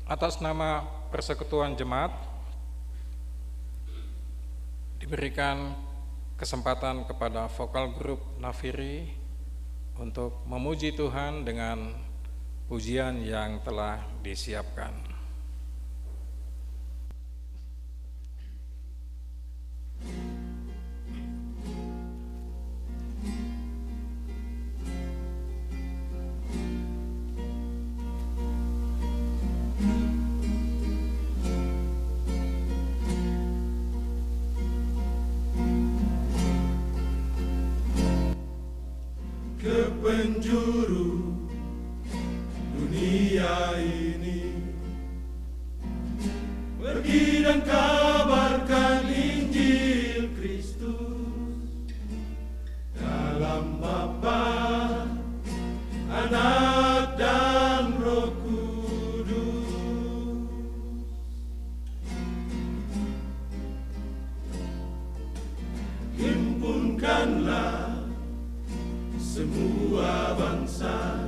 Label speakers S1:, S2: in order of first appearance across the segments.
S1: Atas nama Persekutuan Jemaat diberikan kesempatan kepada vokal grup Nafiri untuk memuji Tuhan dengan pujian yang telah disiapkan.
S2: Ke penjuru dunia ini, pergi dan kabarkan Injil Kristus. Dalam Bapa, Anak dan Roh Kudus. Himpunkanlah semua bangsa,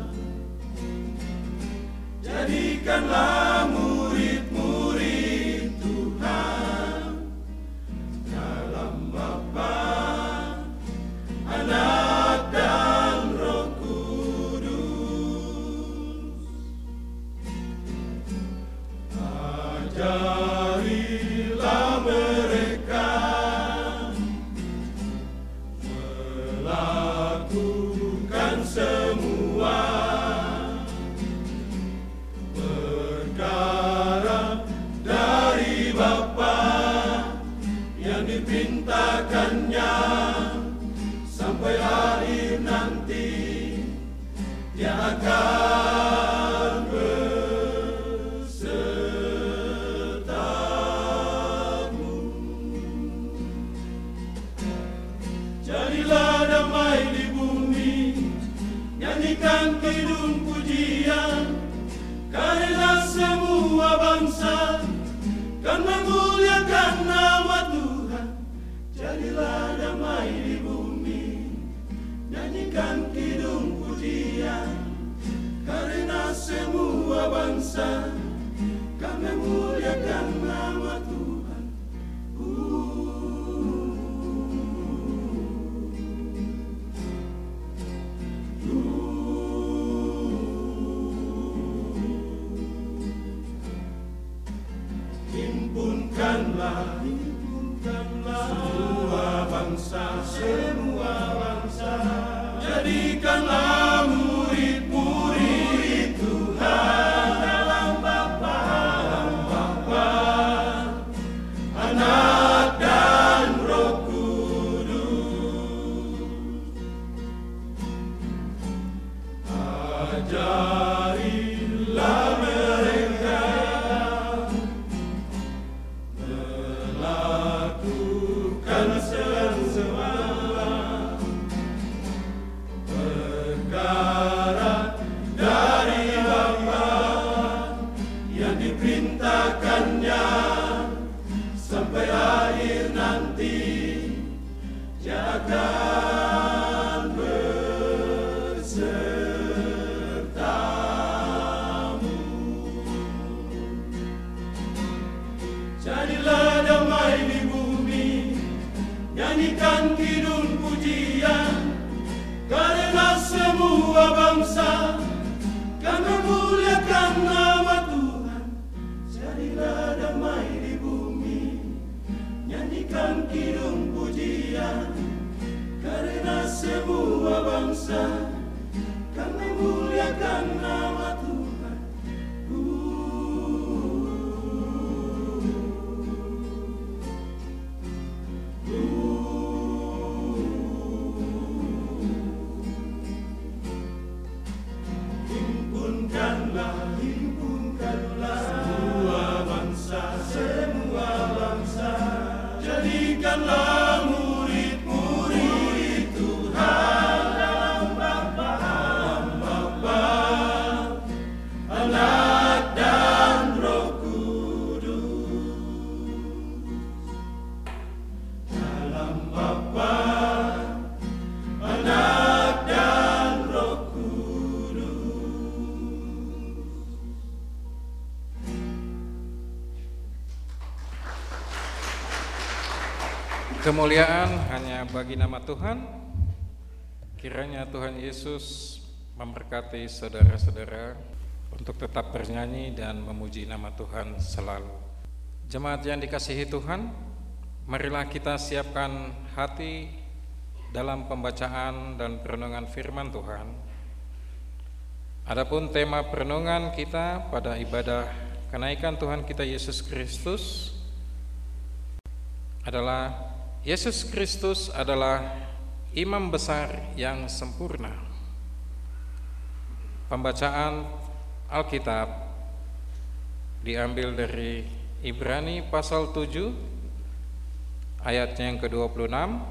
S2: jadikanlah murid-murid Tuhan. Dalam Bapa, Anak dan Roh Kudus. Ajarilah mereka melakukan semua perkara dari Bapa yang diperintahkannya, sampai akhir nanti Dia akan bersertamu. Jadilah damai di bumi, nyanyikan kidung pujian, karena semua bangsa kan memuliakan nama Tuhan. Jadilah damai di bumi, nyanyikan kidung pujian, karena semua bangsa kan memuliakan nama Tuhan. Himpunkanlah semua bangsa, jadikanlah murid-murid Tuhan. Dalam Bapa, Anak dan Roh Kudus. Ajarilah mereka melakukan semua perkara dari Bapa yang diperintahkannya, sampai akhir nanti Dia akan bersertamu. Jadilah damai di bumi, nyanyikan kidung pujian, karena semua bangsa kan memuliakan nama Tuhan. Jadilah damai di bumi, nyanyikan kidung pujian, karena semua bangsa kan memuliakan nama Tuhan. Himpunkanlah semua bangsa, jadikanlah murid-murid Tuhan. Dalam Bapa, Anak dan Roh Kudus. Dalam Bapa, Anak dan Roh Kudus.
S1: Kemuliaan hanya bagi nama Tuhan. Kiranya Tuhan Yesus memberkati saudara-saudara untuk tetap bernyanyi dan memuji nama Tuhan selalu. Jemaat yang dikasihi Tuhan, marilah kita siapkan hati dalam pembacaan dan perenungan firman Tuhan. Adapun tema perenungan kita pada ibadah kenaikan Tuhan kita Yesus Kristus adalah Yesus Kristus adalah imam besar yang sempurna. Pembacaan Alkitab diambil dari Ibrani pasal 7 ayatnya yang ke-26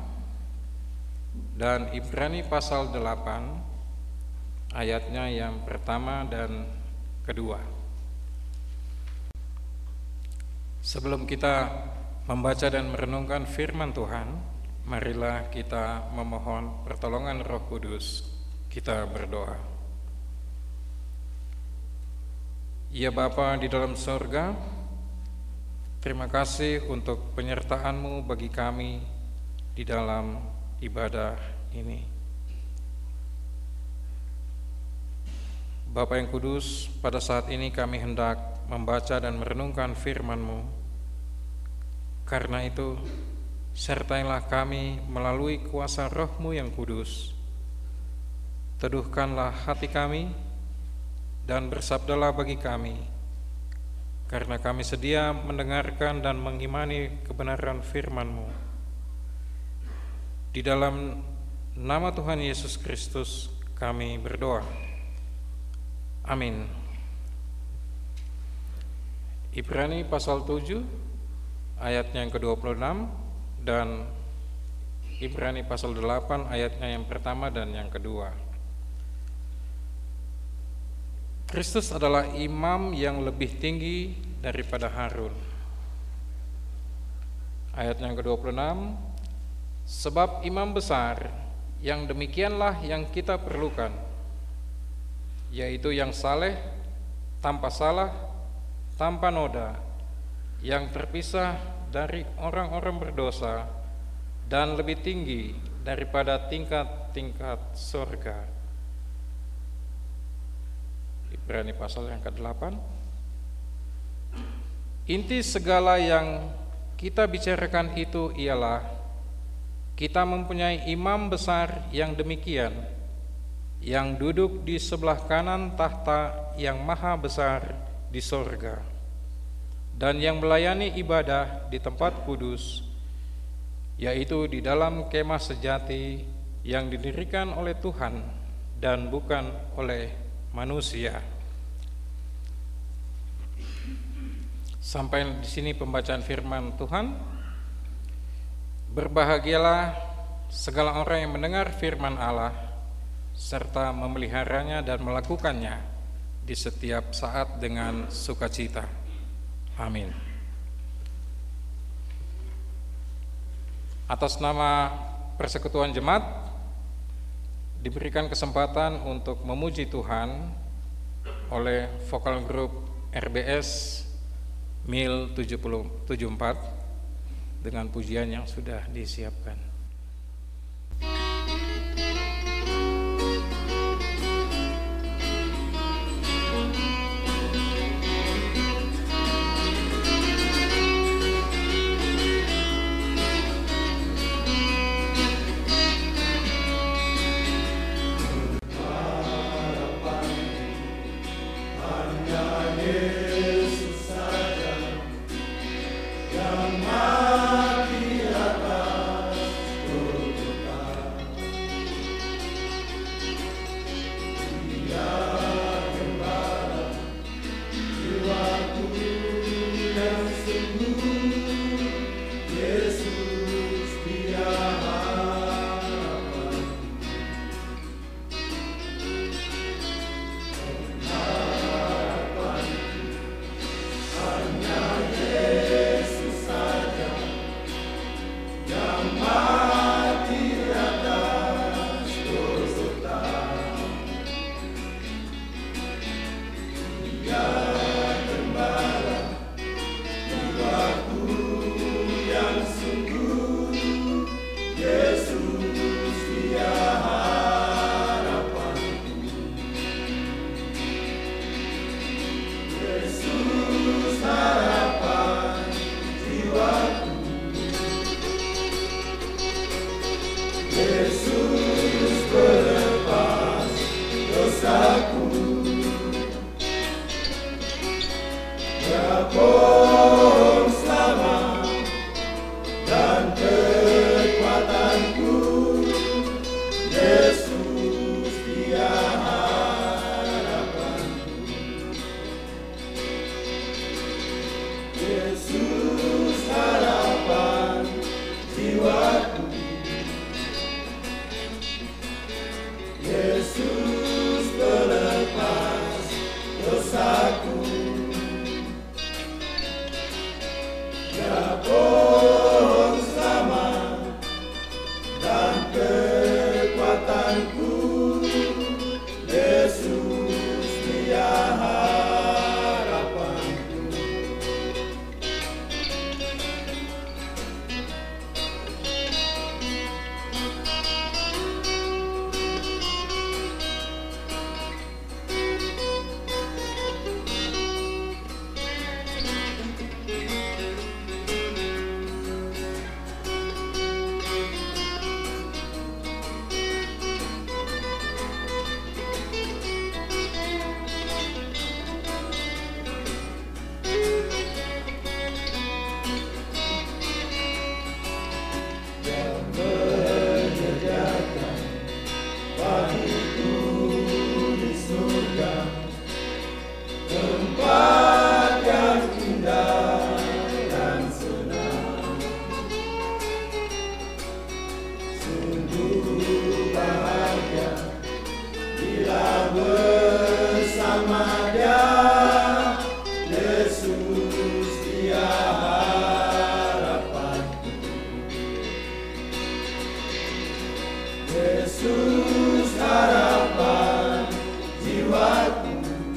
S1: dan Ibrani pasal 8 ayatnya yang pertama dan kedua. Sebelum kita membaca dan merenungkan firman Tuhan, marilah kita memohon pertolongan Roh Kudus. Kita berdoa. Ya Bapa di dalam surga, terima kasih untuk penyertaan-Mu bagi kami di dalam ibadah ini. Bapa yang kudus, pada saat ini kami hendak membaca dan merenungkan firman-Mu. Karena itu, sertailah kami melalui kuasa Roh-Mu yang kudus. Teduhkanlah hati kami dan bersabdalah bagi kami, karena kami sedia mendengarkan dan mengimani kebenaran firman-Mu. Di dalam nama Tuhan Yesus Kristus kami berdoa. Amin. Ibrani pasal 7 ayatnya yang ke-26 dan Ibrani pasal 8 ayatnya yang pertama dan yang kedua. Kristus adalah imam yang lebih tinggi daripada Harun. Ayatnya yang ke-26, sebab imam besar yang demikianlah yang kita perlukan, yaitu yang saleh, tanpa salah, tanpa noda, yang terpisah dari orang-orang berdosa dan lebih tinggi daripada tingkat-tingkat surga. Ibrani pasal yang ke-8. Inti segala yang kita bicarakan itu ialah kita mempunyai imam besar yang demikian, yang duduk di sebelah kanan tahta yang maha besar di surga, dan yang melayani ibadah di tempat kudus, yaitu di dalam kemah sejati yang didirikan oleh Tuhan dan bukan oleh manusia. Sampai di sini pembacaan firman Tuhan. Berbahagialah segala orang yang mendengar firman Allah serta memeliharanya dan melakukannya di setiap saat dengan sukacita. Amin. Atas nama Persekutuan Jemaat diberikan kesempatan untuk memuji Tuhan oleh vokal grup RBS Mil 74 dengan pujian yang sudah disiapkan.
S2: Yang mati atas pohon selamat dan kekuatanku, Yesus Dia harapanku. Yesus harapan jiwaku, Yesus pelepas dosaku. Ya pohon selamat dan kekuatanku, Yesus Dia harapanku. Yesus harapan jiwaku,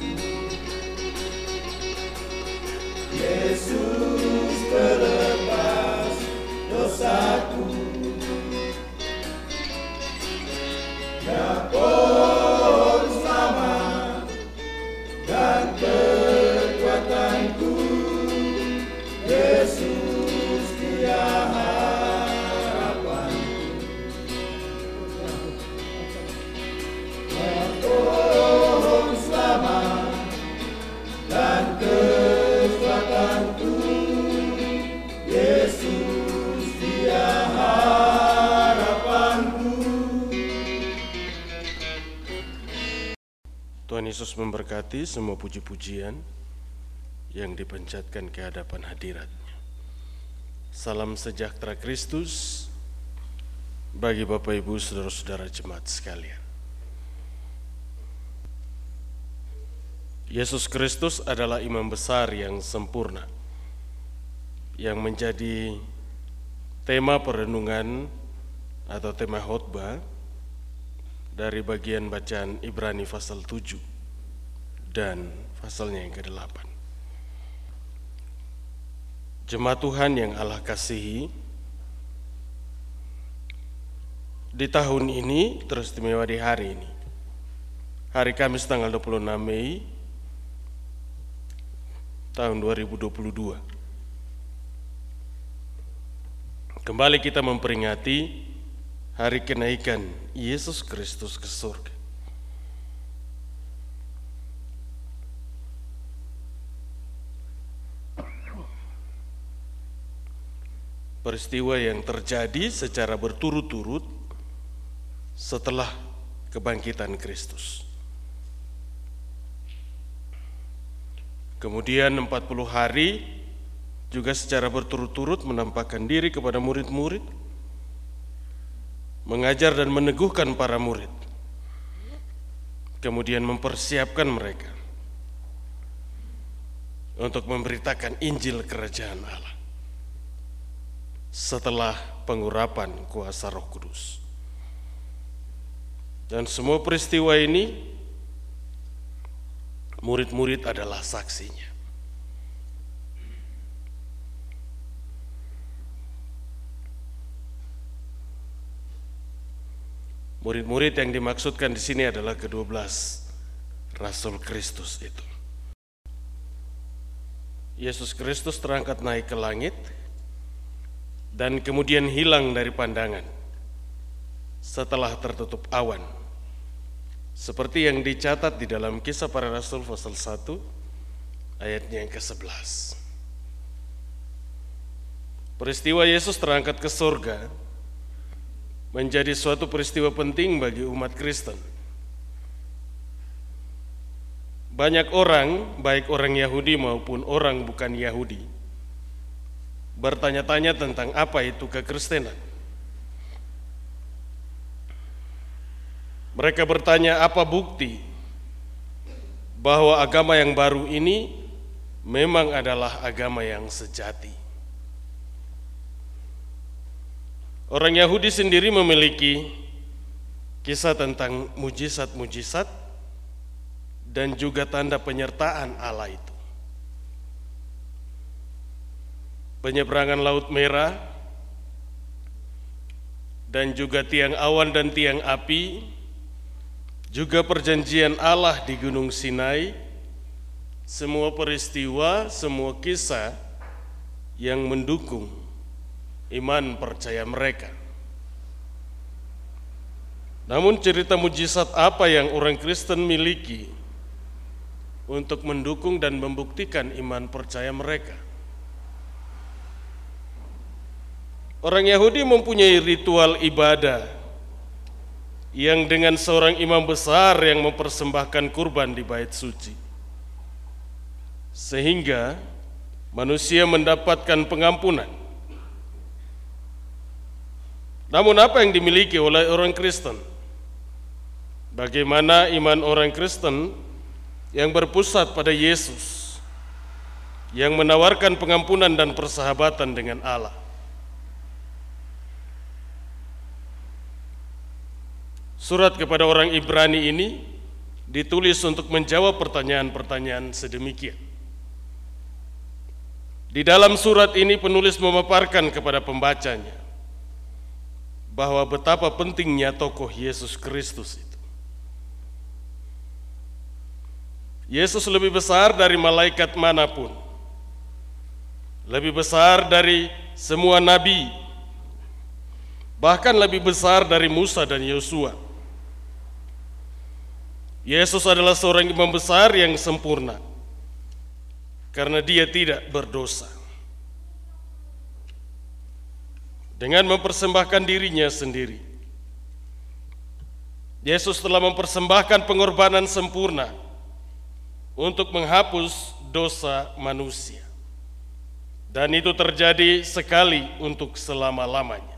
S2: Yesus pelepas dosaku. Ya pohon selamat dan kekuatanku, Yesus Dia harapanku. Ya pohon selamat dan kekuatanku, Yesus Dia harapanku.
S3: Tuhan Yesus memberkati semua puji-pujian yang dipencatkan ke hadapan hadirat-Nya. Salam sejahtera Kristus bagi Bapak Ibu saudara-saudara jemaat sekalian. Yesus Kristus adalah imam besar yang sempurna, yang menjadi tema perenungan atau tema khotbah dari bagian bacaan Ibrani pasal 7 dan pasalnya yang ke-8. Jemaat Tuhan yang Allah kasihi, di tahun ini teristimewa di hari ini, hari Kamis tanggal 26 Mei tahun 2022. Kembali kita memperingati hari kenaikan Yesus Kristus ke surga. Peristiwa yang terjadi secara berturut-turut setelah kebangkitan Kristus. Kemudian 40 hari juga secara berturut-turut menampakkan diri kepada murid-murid, mengajar dan meneguhkan para murid, kemudian mempersiapkan mereka untuk memberitakan Injil Kerajaan Allah setelah pengurapan kuasa Roh Kudus. Dan semua peristiwa ini murid-murid adalah saksinya. Murid-murid yang dimaksudkan di sini adalah ke-12 Rasul Kristus itu. Yesus Kristus terangkat naik ke langit dan kemudian hilang dari pandangan setelah tertutup awan, seperti yang dicatat di dalam Kisah Para Rasul pasal 1 ayatnya yang ke-11. peristiwa Yesus terangkat ke surga menjadi suatu peristiwa penting bagi umat Kristen. Banyak orang, baik orang Yahudi maupun orang bukan Yahudi, bertanya-tanya tentang apa itu kekristenan. Mereka bertanya, apa bukti bahwa agama yang baru ini memang adalah agama yang sejati? Orang Yahudi sendiri memiliki kisah tentang mujizat-mujizat dan juga tanda penyertaan Allah itu. Penyeberangan Laut Merah dan juga tiang awan dan tiang api, juga perjanjian Allah di Gunung Sinai, semua peristiwa, semua kisah yang mendukung iman percaya mereka. Namun cerita mujizat apa yang orang Kristen miliki untuk mendukung dan membuktikan iman percaya mereka? Orang Yahudi mempunyai ritual ibadah yang dengan seorang imam besar yang mempersembahkan kurban di bait suci, sehingga manusia mendapatkan pengampunan. Namun apa yang dimiliki oleh orang Kristen? Bagaimana iman orang Kristen yang berpusat pada Yesus, yang menawarkan pengampunan dan persahabatan dengan Allah? Surat kepada orang Ibrani ini ditulis untuk menjawab pertanyaan-pertanyaan sedemikian. Di dalam surat ini penulis memaparkan kepada pembacanya bahwa betapa pentingnya tokoh Yesus Kristus itu. Yesus lebih besar dari malaikat manapun, lebih besar dari semua nabi, bahkan lebih besar dari Musa dan Yosua. Yesus adalah seorang imam besar yang sempurna karena dia tidak berdosa. Dengan mempersembahkan dirinya sendiri, Yesus telah mempersembahkan pengorbanan sempurna untuk menghapus dosa manusia. Dan itu terjadi sekali untuk selama-lamanya.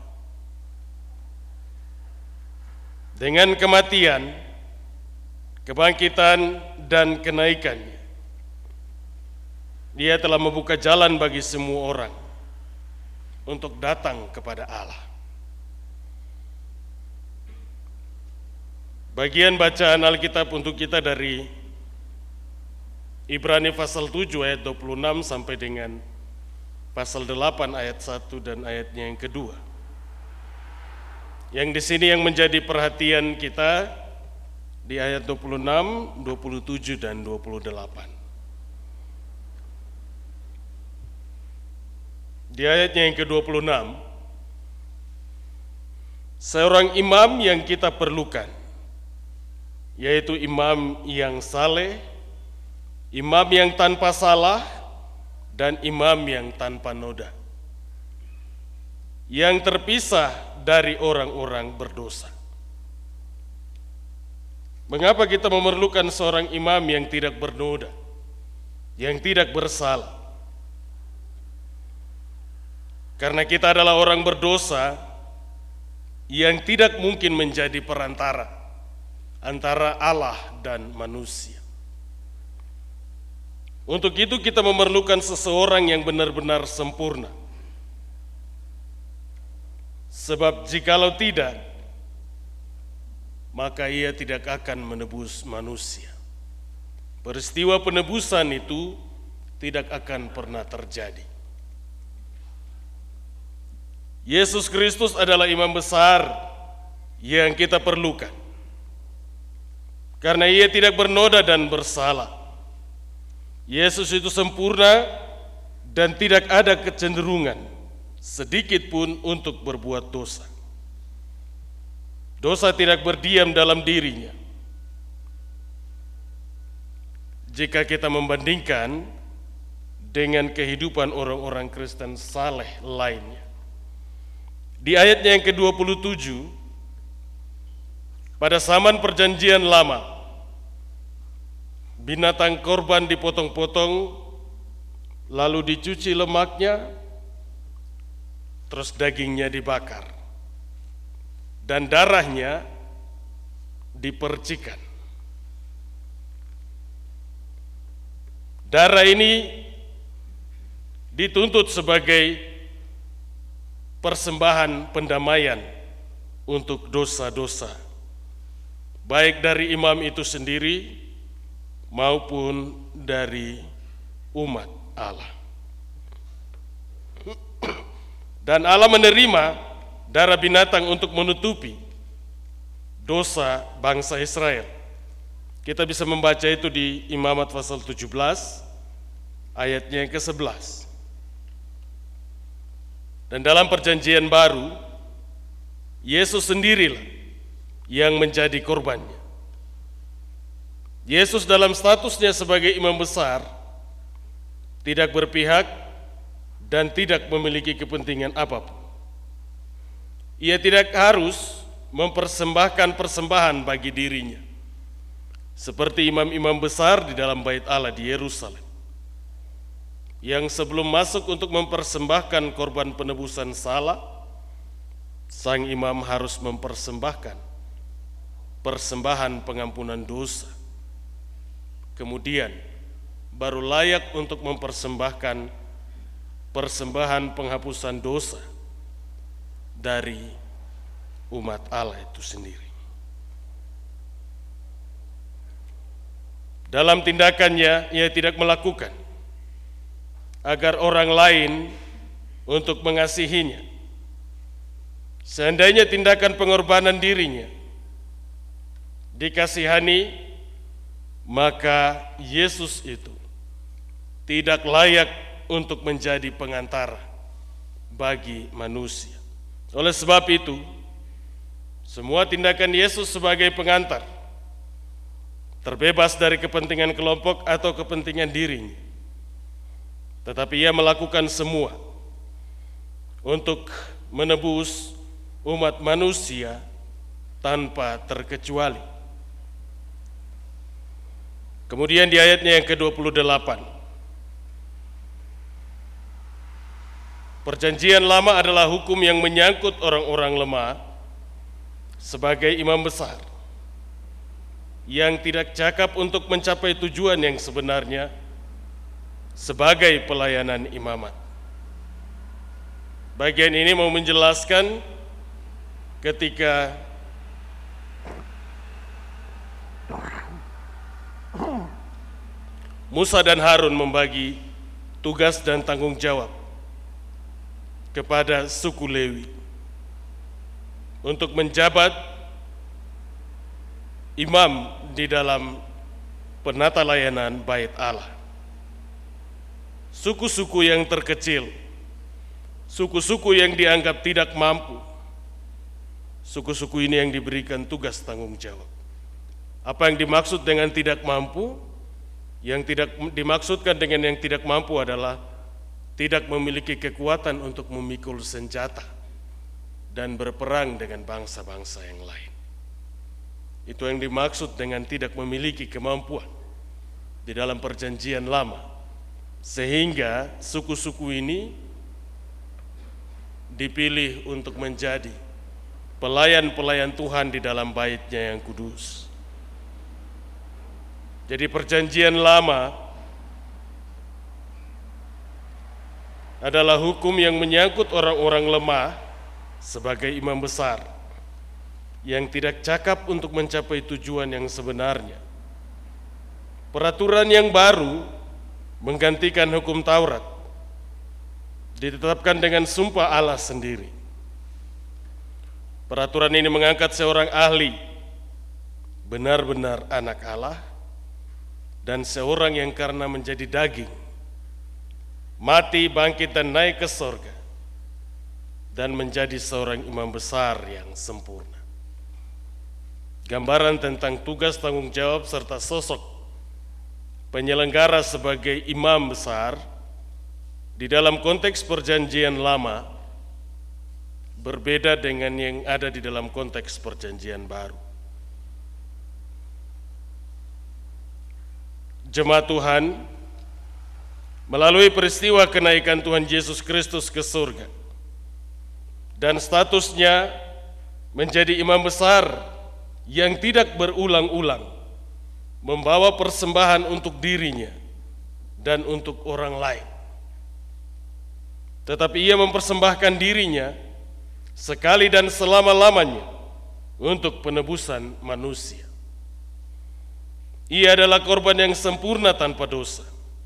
S3: Dengan kematian, kebangkitan, dan kenaikannya, Dia telah membuka jalan bagi semua orang untuk datang kepada Allah. Bagian bacaan Alkitab untuk kita dari Ibrani pasal 7 ayat 26 sampai dengan pasal 8 ayat 1 dan ayatnya yang kedua. Yang di sini yang menjadi perhatian kita di ayat 26, 27 dan 28. Di ayatnya yang ke-26, seorang imam yang kita perlukan, yaitu imam yang saleh, imam yang tanpa salah, dan imam yang tanpa noda, yang terpisah dari orang-orang berdosa. Mengapa kita memerlukan seorang imam yang tidak bernoda, yang tidak bersalah? Karena kita adalah orang berdosa yang tidak mungkin menjadi perantara antara Allah dan manusia. Untuk itu kita memerlukan seseorang yang benar-benar sempurna. Sebab jikalau tidak, maka ia tidak akan menebus manusia. Peristiwa penebusan itu tidak akan pernah terjadi. Yesus Kristus adalah imam besar yang kita perlukan. Karena ia tidak bernoda dan bersalah. Yesus itu sempurna dan tidak ada kecenderungan sedikit pun untuk berbuat dosa. Dosa tidak berdiam dalam dirinya. Jika kita membandingkan dengan kehidupan orang-orang Kristen saleh lainnya. Di ayatnya yang ke-27, pada zaman perjanjian lama, binatang korban dipotong-potong, lalu dicuci lemaknya, terus dagingnya dibakar, dan darahnya dipercikan. Darah ini dituntut sebagai persembahan pendamaian untuk dosa-dosa, baik dari imam itu sendiri maupun dari umat Allah. Dan Allah menerima darah binatang untuk menutupi dosa bangsa Israel. Kita bisa membaca itu di Imamat pasal 17 ayatnya yang ke-11. Dan dalam perjanjian baru, Yesus sendirilah yang menjadi korbannya. Yesus dalam statusnya sebagai imam besar tidak berpihak dan tidak memiliki kepentingan apapun. Ia tidak harus mempersembahkan persembahan bagi dirinya, seperti imam-imam besar di dalam bait Allah di Yerusalem, yang sebelum masuk untuk mempersembahkan korban penebusan salah, sang imam harus mempersembahkan persembahan pengampunan dosa. Kemudian baru layak untuk mempersembahkan persembahan penghapusan dosa dari umat Allah itu sendiri. Dalam tindakannya, ia tidak melakukan agar orang lain untuk mengasihinya. Seandainya tindakan pengorbanan dirinya dikasihani, maka Yesus itu tidak layak untuk menjadi pengantara bagi manusia. Oleh sebab itu, semua tindakan Yesus sebagai pengantar, terbebas dari kepentingan kelompok atau kepentingan dirinya, tetapi ia melakukan semua untuk menebus umat manusia tanpa terkecuali. Kemudian di ayatnya yang ke-28, perjanjian lama adalah hukum yang menyangkut orang-orang lemah sebagai imam besar yang tidak cakap untuk mencapai tujuan yang sebenarnya sebagai pelayanan imamat. Bagian ini mau menjelaskan ketika Musa dan Harun membagi tugas dan tanggung jawab kepada suku Lewi untuk menjabat imam di dalam penata layanan bait Allah. Suku-suku yang terkecil, suku-suku yang dianggap tidak mampu, suku-suku ini yang diberikan tugas tanggung jawab. Apa yang dimaksud dengan tidak mampu? Yang tidak dimaksudkan dengan yang tidak mampu adalah tidak memiliki kekuatan untuk memikul senjata dan berperang dengan bangsa-bangsa yang lain. Itu yang dimaksud dengan tidak memiliki kemampuan di dalam perjanjian lama. Sehingga suku-suku ini dipilih untuk menjadi pelayan-pelayan Tuhan di dalam bait-Nya yang kudus. Jadi perjanjian lama adalah hukum yang menyangkut orang-orang lemah sebagai imam besar yang tidak cakap untuk mencapai tujuan yang sebenarnya. Peraturan yang baru menggantikan hukum Taurat, ditetapkan dengan sumpah Allah sendiri. Peraturan ini mengangkat seorang ahli, benar-benar anak Allah, dan seorang yang karena menjadi daging, mati, bangkit, dan naik ke sorga, dan menjadi seorang imam besar yang sempurna. Gambaran tentang tugas tanggung jawab serta sosok penyelenggara sebagai imam besar di dalam konteks perjanjian lama berbeda dengan yang ada di dalam konteks perjanjian baru. Jemaat Tuhan, melalui peristiwa kenaikan Tuhan Yesus Kristus ke surga dan statusnya menjadi imam besar yang tidak berulang-ulang membawa persembahan untuk dirinya dan untuk orang lain, tetapi ia mempersembahkan dirinya sekali dan selama-lamanya untuk penebusan manusia. Ia adalah korban yang sempurna tanpa dosa.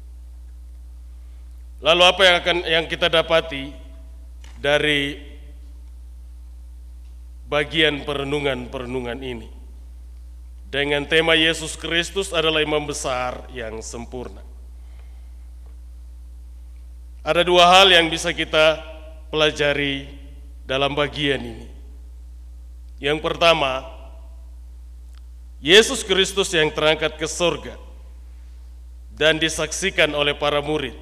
S3: Lalu apa yang kita dapati dari bagian perenungan ini? Dengan tema Yesus Kristus adalah imam besar yang sempurna. Ada dua hal yang bisa kita pelajari dalam bagian ini. Yang pertama, Yesus Kristus yang terangkat ke surga dan disaksikan oleh para murid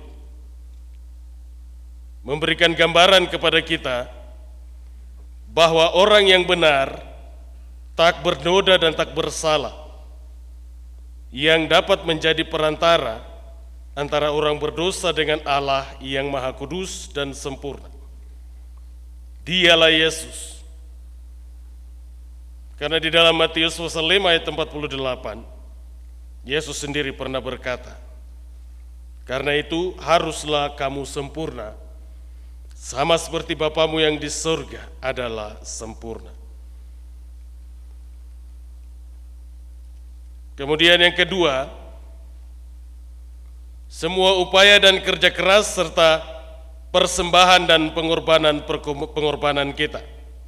S3: memberikan gambaran kepada kita bahwa orang yang benar, tak bernoda dan tak bersalah, yang dapat menjadi perantara antara orang berdosa dengan Allah yang Maha Kudus dan sempurna, Dialah Yesus. Karena di dalam Matius pasal 5 ayat 48, Yesus sendiri pernah berkata, "Karena itu haruslah kamu sempurna, sama seperti Bapamu yang di surga adalah sempurna." Kemudian yang kedua, semua upaya dan kerja keras serta persembahan dan pengorbanan kita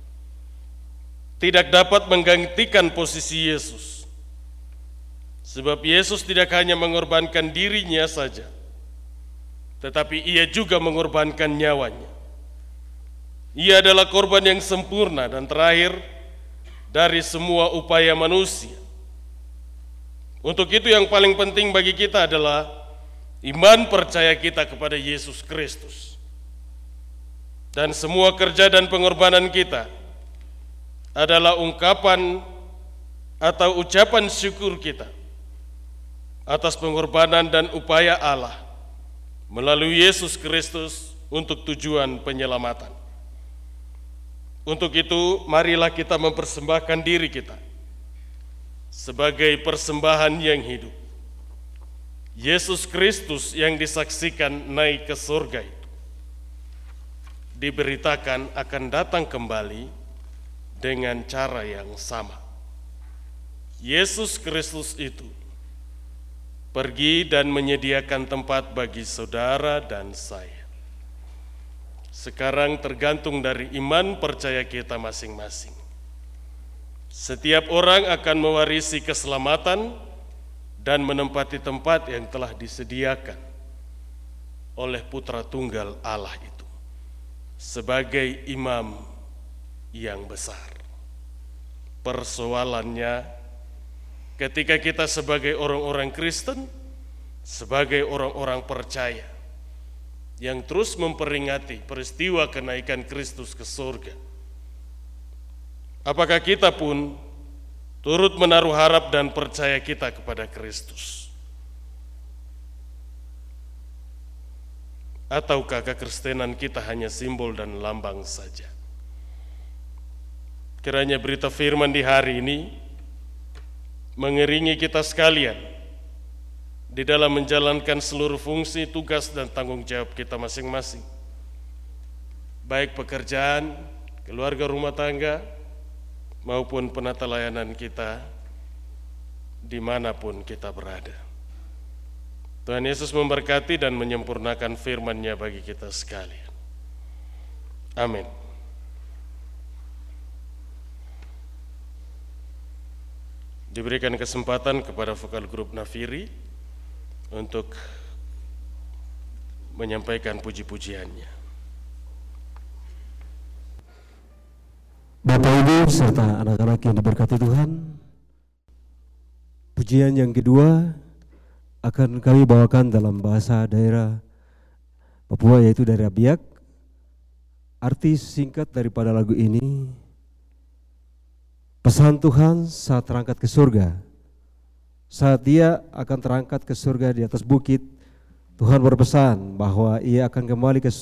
S3: tidak dapat menggantikan posisi Yesus. Sebab Yesus tidak hanya mengorbankan dirinya saja, tetapi ia juga mengorbankan nyawanya. Ia adalah korban yang sempurna dan terakhir dari semua upaya manusia. Untuk itu yang paling penting bagi kita adalah iman percaya kita kepada Yesus Kristus. Dan semua kerja dan pengorbanan kita adalah ungkapan atau ucapan syukur kita atas pengorbanan dan upaya Allah melalui Yesus Kristus untuk tujuan penyelamatan. Untuk itu, marilah kita mempersembahkan diri kita sebagai persembahan yang hidup. Yesus Kristus yang disaksikan naik ke surga itu diberitakan akan datang kembali dengan cara yang sama. Yesus Kristus itu pergi dan menyediakan tempat bagi saudara dan saya. Sekarang tergantung dari iman percaya kita masing-masing. Setiap orang akan mewarisi keselamatan dan menempati tempat yang telah disediakan oleh Putra Tunggal Allah itu sebagai imam yang besar. Persoalannya, ketika kita sebagai orang-orang Kristen, sebagai orang-orang percaya yang terus memperingati peristiwa kenaikan Kristus ke surga, apakah kita pun turut menaruh harap dan percaya kita kepada Kristus? Ataukah kekristenan kita hanya simbol dan lambang saja? Kiranya berita firman di hari ini mengiringi kita sekalian di dalam menjalankan seluruh fungsi, tugas, dan tanggung jawab kita masing-masing, baik pekerjaan, keluarga, rumah tangga, maupun penata layanan kita dimanapun kita berada. Tuhan Yesus memberkati dan menyempurnakan firman-Nya bagi kita sekalian. Amin. Diberikan kesempatan kepada vokal grup Nafiri untuk menyampaikan puji-pujiannya.
S4: Bapak Ibu serta anak-anak yang diberkati Tuhan, pujian yang kedua akan kami bawakan dalam bahasa daerah Papua, yaitu dari Abiak. Arti singkat daripada lagu ini, pesan Tuhan saat terangkat ke surga. Saat dia akan terangkat ke surga di atas bukit, Tuhan berpesan bahwa ia akan kembali ke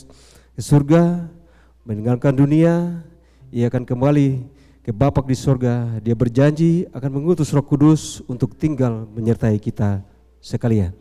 S4: surga, meninggalkan dunia. Ia akan kembali ke Bapa di surga. Dia berjanji akan mengutus Roh Kudus untuk tinggal menyertai kita sekalian.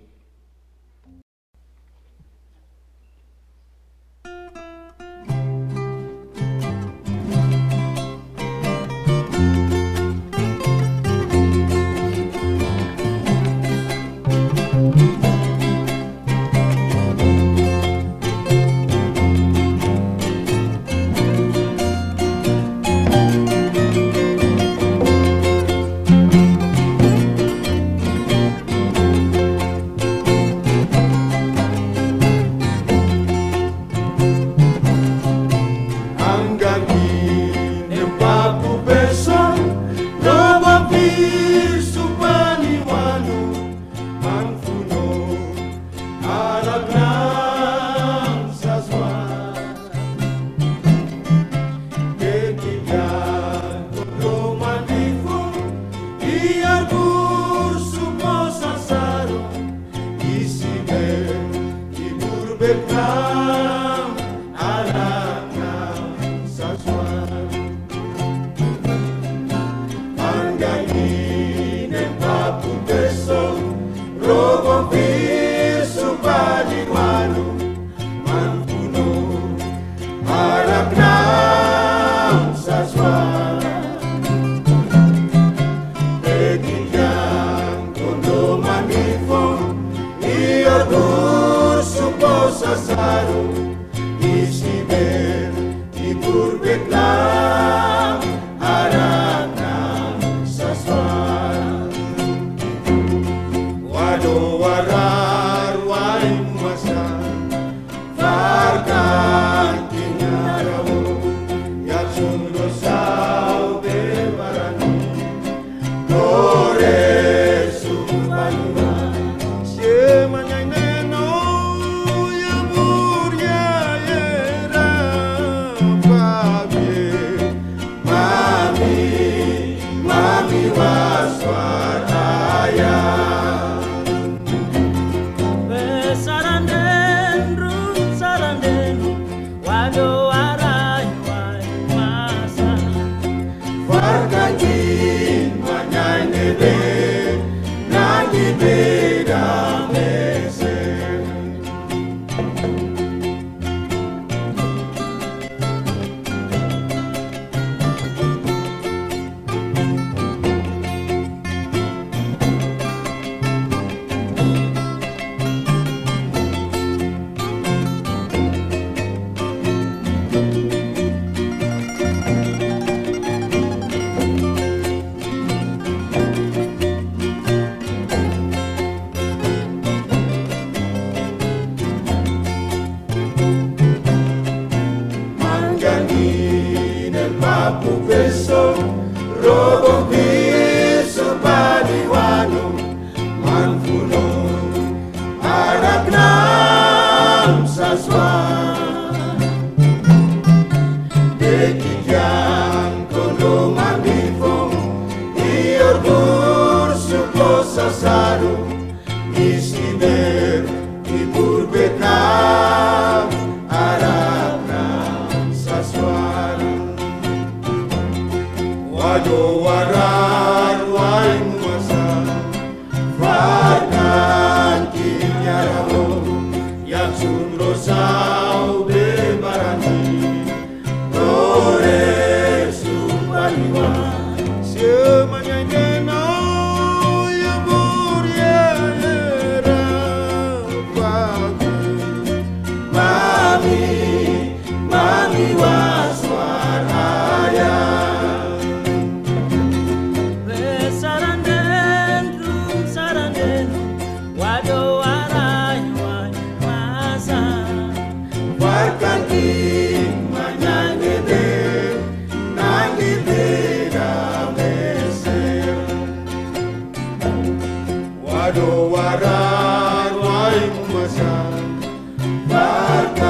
S2: Waduh warar wai masa,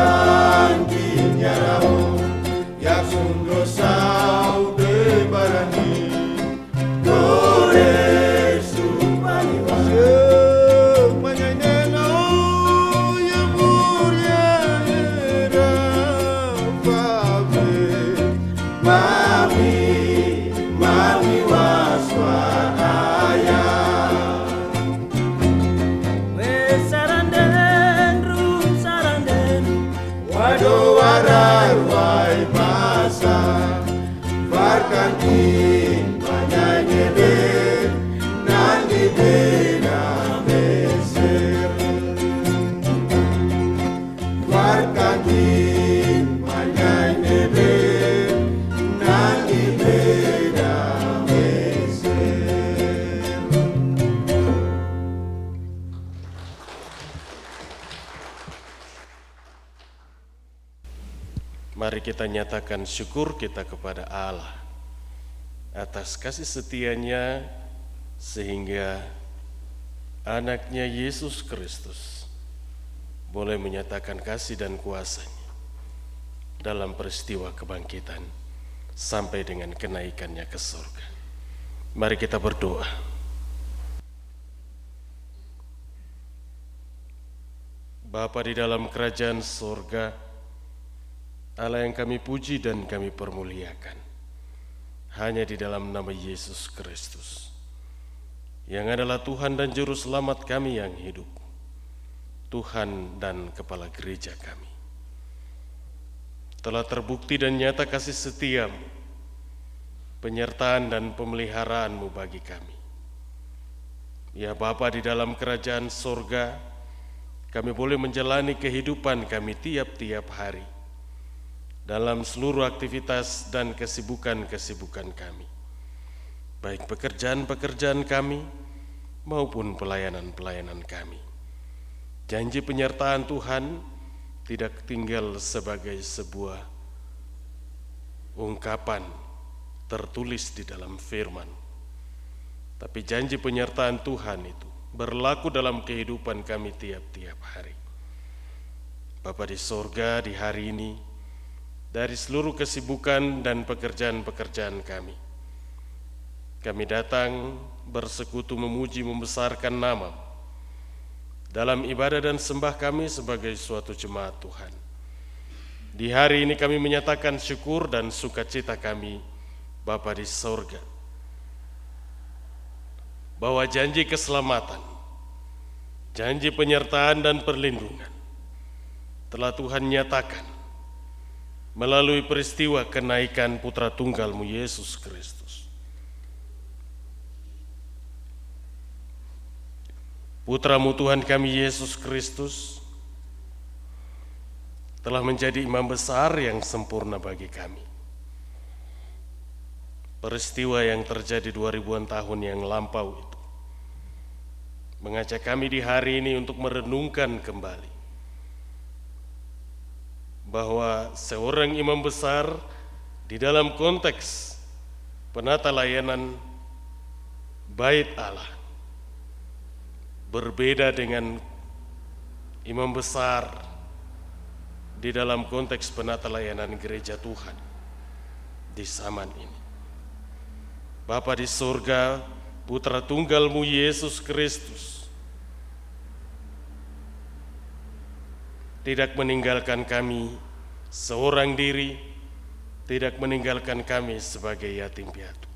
S3: Mari kita nyatakan syukur kita kepada Allah atas kasih setianya sehingga anaknya Yesus Kristus boleh menyatakan kasih dan kuasanya dalam peristiwa kebangkitan sampai dengan kenaikannya ke surga. Mari kita berdoa. Bapa di dalam kerajaan surga, Allah yang kami puji dan kami permuliakan, hanya di dalam nama Yesus Kristus, yang adalah Tuhan dan Juru Selamat kami yang hidup, Tuhan dan Kepala Gereja kami. Telah terbukti dan nyata kasih setiamu, penyertaan dan pemeliharaanmu bagi kami. Ya Bapa di dalam kerajaan surga, kami boleh menjalani kehidupan kami tiap-tiap hari dalam seluruh aktivitas dan kesibukan-kesibukan kami, baik pekerjaan-pekerjaan kami maupun pelayanan-pelayanan kami. Janji penyertaan Tuhan tidak tinggal sebagai sebuah ungkapan tertulis di dalam firman, tapi janji penyertaan Tuhan itu berlaku dalam kehidupan kami tiap-tiap hari. Bapa di sorga, di hari ini, dari seluruh kesibukan dan pekerjaan-pekerjaan kami datang bersekutu memuji membesarkan nama dalam ibadah dan sembah kami sebagai suatu jemaat Tuhan. Di hari ini kami menyatakan syukur dan sukacita kami, Bapa di sorga, bahwa janji keselamatan, janji penyertaan dan perlindungan telah Tuhan nyatakan melalui peristiwa kenaikan Putra Tunggal-Mu Yesus Kristus. Putra-Mu Tuhan kami Yesus Kristus telah menjadi imam besar yang sempurna bagi kami. Peristiwa yang terjadi 2000-an tahun yang lampau itu mengajak kami di hari ini untuk merenungkan kembali bahwa seorang imam besar di dalam konteks penata layanan Bait Allah berbeda dengan imam besar di dalam konteks penata layanan gereja Tuhan di zaman ini. Bapa di surga, Putra Tunggal-Mu Yesus Kristus tidak meninggalkan kami seorang diri, tidak meninggalkan kami sebagai yatim piatu.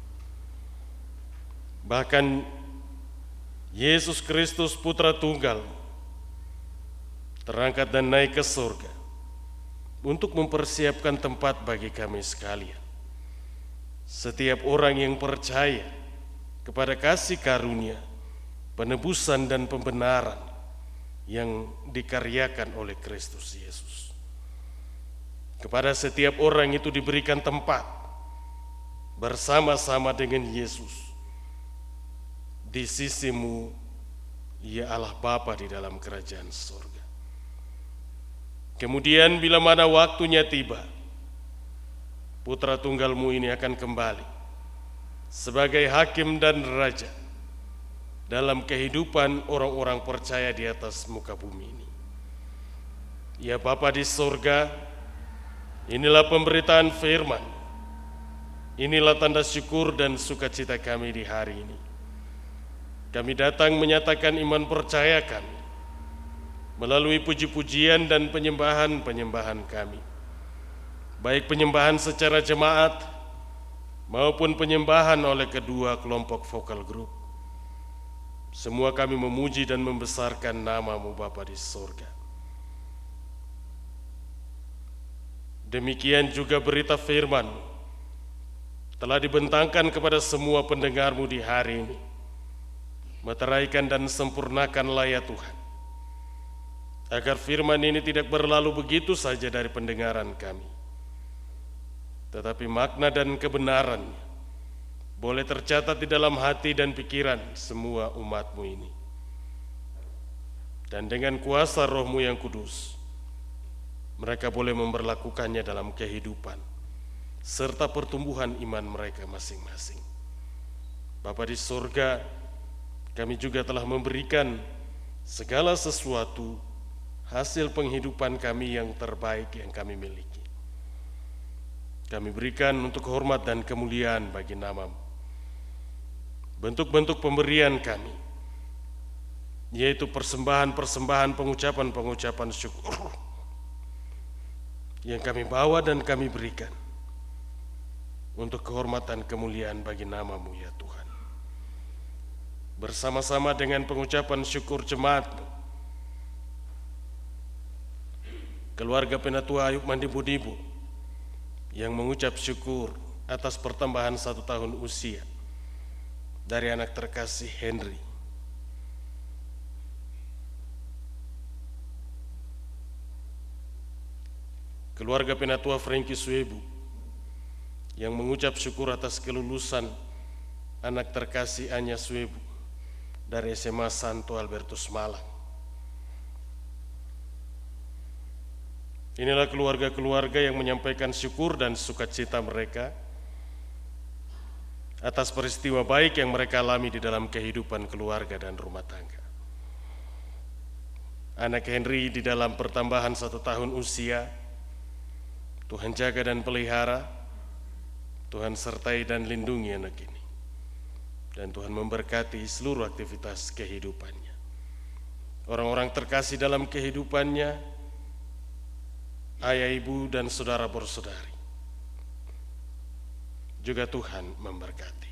S3: Bahkan Yesus Kristus Putra Tunggal terangkat dan naik ke surga untuk mempersiapkan tempat bagi kami sekalian. Setiap orang yang percaya kepada kasih karunia, penebusan dan pembenaran yang dikaryakan oleh Kristus Yesus. Kepada setiap orang itu diberikan tempat bersama-sama dengan Yesus di sisi-Mu, ya Allah Bapa di dalam kerajaan surga. Kemudian bila mana waktunya tiba, Putra Tunggal-Mu ini akan kembali sebagai hakim dan raja dalam kehidupan orang-orang percaya di atas muka bumi ini. Ya Bapa di surga, inilah pemberitaan firman, inilah tanda syukur dan sukacita kami di hari ini. Kami datang menyatakan iman percaya kami melalui puji-pujian dan penyembahan-penyembahan kami, baik penyembahan secara jemaat maupun penyembahan oleh kedua kelompok vokal grup. Semua kami memuji dan membesarkan nama-Mu Bapa di surga. Demikian juga berita firman telah dibentangkan kepada semua pendengar-Mu di hari ini. Meteraikan dan sempurnakanlah ya Tuhan, agar firman ini tidak berlalu begitu saja dari pendengaran kami, tetapi makna dan kebenarannya boleh tercatat di dalam hati dan pikiran semua umat-Mu ini. Dan dengan kuasa Roh-Mu yang kudus, mereka boleh memperlakukannya dalam kehidupan serta pertumbuhan iman mereka masing-masing. Bapa di surga, kami juga telah memberikan segala sesuatu hasil penghidupan kami yang terbaik yang kami miliki. Kami berikan untuk hormat dan kemuliaan bagi nama-Mu. Bentuk-bentuk pemberian kami, yaitu persembahan-persembahan, pengucapan-pengucapan syukur yang kami bawa dan kami berikan untuk kehormatan kemuliaan bagi nama-Mu ya Tuhan. Bersama-sama dengan pengucapan syukur jemaat-Mu, keluarga Penatua Ayub Mandibu-Dibu yang mengucap syukur atas pertambahan 1 tahun usia dari anak terkasih Henry. Keluarga Penatua Frankie Suebu yang mengucap syukur atas kelulusan anak terkasih Anya Suebu dari SMA Santo Albertus Malang. Inilah keluarga-keluarga yang menyampaikan syukur dan sukacita mereka atas peristiwa baik yang mereka alami di dalam kehidupan keluarga dan rumah tangga. Anak Henry di dalam pertambahan 1 tahun usia, Tuhan jaga dan pelihara, Tuhan sertai dan lindungi anak ini, dan Tuhan memberkati seluruh aktivitas kehidupannya. Orang-orang terkasih dalam kehidupannya, ayah, ibu, dan saudara bersaudari, juga Tuhan memberkati.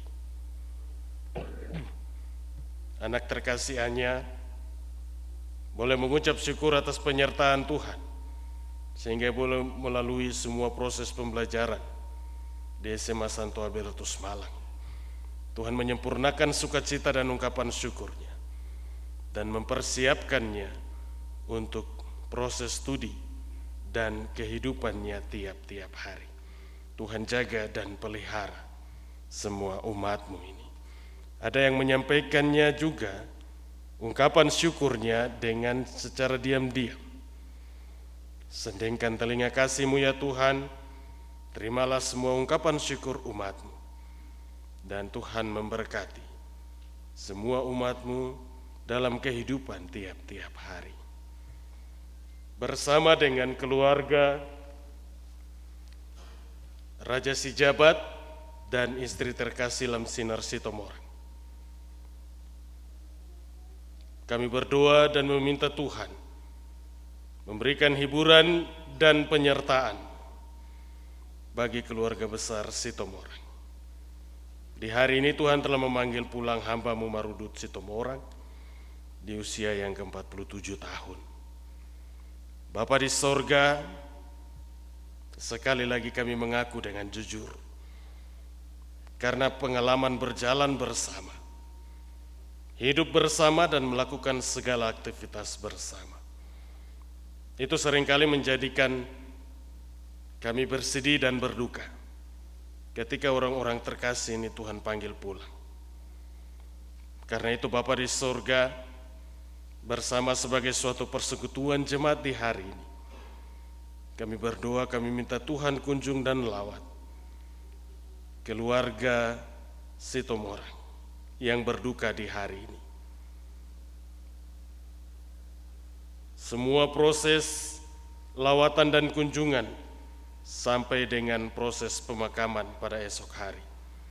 S3: Anak terkasih Anya boleh mengucap syukur atas penyertaan Tuhan, sehingga boleh melalui semua proses pembelajaran di SMA Santo Albertus Malang. Tuhan menyempurnakan sukacita dan ungkapan syukurnya dan mempersiapkannya untuk proses studi dan kehidupannya tiap-tiap hari. Tuhan jaga dan pelihara semua umat-Mu ini. Ada yang menyampaikannya juga ungkapan syukurnya dengan secara diam-diam. Sendengkan telinga kasih-Mu ya Tuhan, terimalah semua ungkapan syukur umat-Mu, dan Tuhan memberkati semua umat-Mu dalam kehidupan tiap-tiap hari. Bersama dengan keluarga Raja Sijabat dan istri terkasih Lamsinar Sitomorang, kami berdoa dan meminta Tuhan memberikan hiburan dan penyertaan bagi keluarga besar Sitomorang. Di hari ini Tuhan telah memanggil pulang hamba-Mu Marudut Sitomorang di usia yang ke-47 tahun. Bapa di sorga, sekali lagi kami mengaku dengan jujur, karena pengalaman berjalan bersama, hidup bersama dan melakukan segala aktivitas bersama, itu seringkali menjadikan kami bersedih dan berduka ketika orang-orang terkasih ini Tuhan panggil pulang. Karena itu Bapa di sorga, bersama sebagai suatu persekutuan jemaat di hari ini, kami berdoa, kami minta Tuhan kunjung dan lawat keluarga Sitomorang yang berduka di hari ini. Semua proses lawatan dan kunjungan sampai dengan proses pemakaman pada esok hari,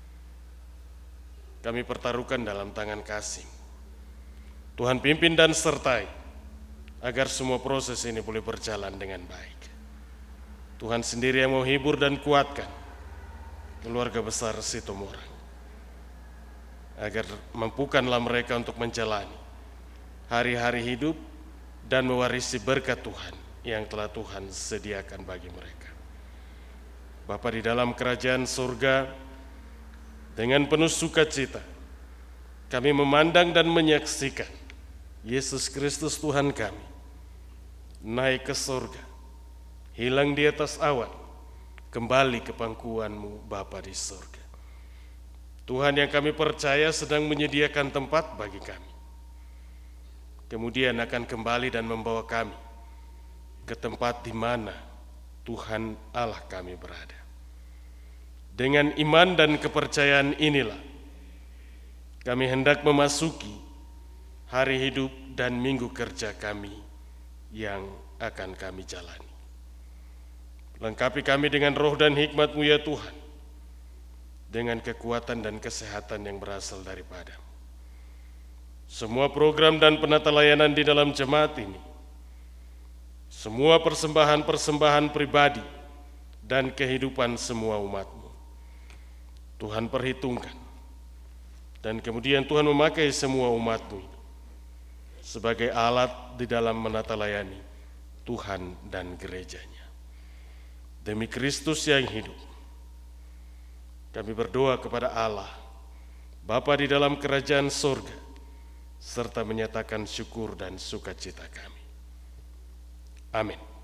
S3: kami pertaruhkan dalam tangan kasih. Tuhan pimpin dan sertai agar semua proses ini boleh berjalan dengan baik. Tuhan sendiri yang mau hibur dan kuatkan keluarga besar Sitomorang, agar mampukanlah mereka untuk menjalani hari-hari hidup dan mewarisi berkat Tuhan yang telah Tuhan sediakan bagi mereka. Bapa di dalam kerajaan surga, dengan penuh sukacita kami memandang dan menyaksikan Yesus Kristus Tuhan kami naik ke surga, hilang di atas awan, kembali ke pangkuan-Mu Bapa di surga. Tuhan yang kami percaya sedang menyediakan tempat bagi kami, kemudian akan kembali dan membawa kami ke tempat di mana Tuhan Allah kami berada. Dengan iman dan kepercayaan inilah kami hendak memasuki hari hidup dan minggu kerja kami yang akan kami jalani. Lengkapi kami dengan roh dan hikmat-Mu ya Tuhan, dengan kekuatan dan kesehatan yang berasal daripada-Mu. Semua program dan penata layanan di dalam jemaat ini, semua persembahan-persembahan pribadi dan kehidupan semua umat-Mu, Tuhan perhitungkan, dan kemudian Tuhan memakai semua umat-Mu sebagai alat di dalam menata layani Tuhan dan gerejanya. Demi Kristus yang hidup, kami berdoa kepada Allah, Bapa di dalam kerajaan sorga, serta menyatakan syukur dan sukacita kami. Amin.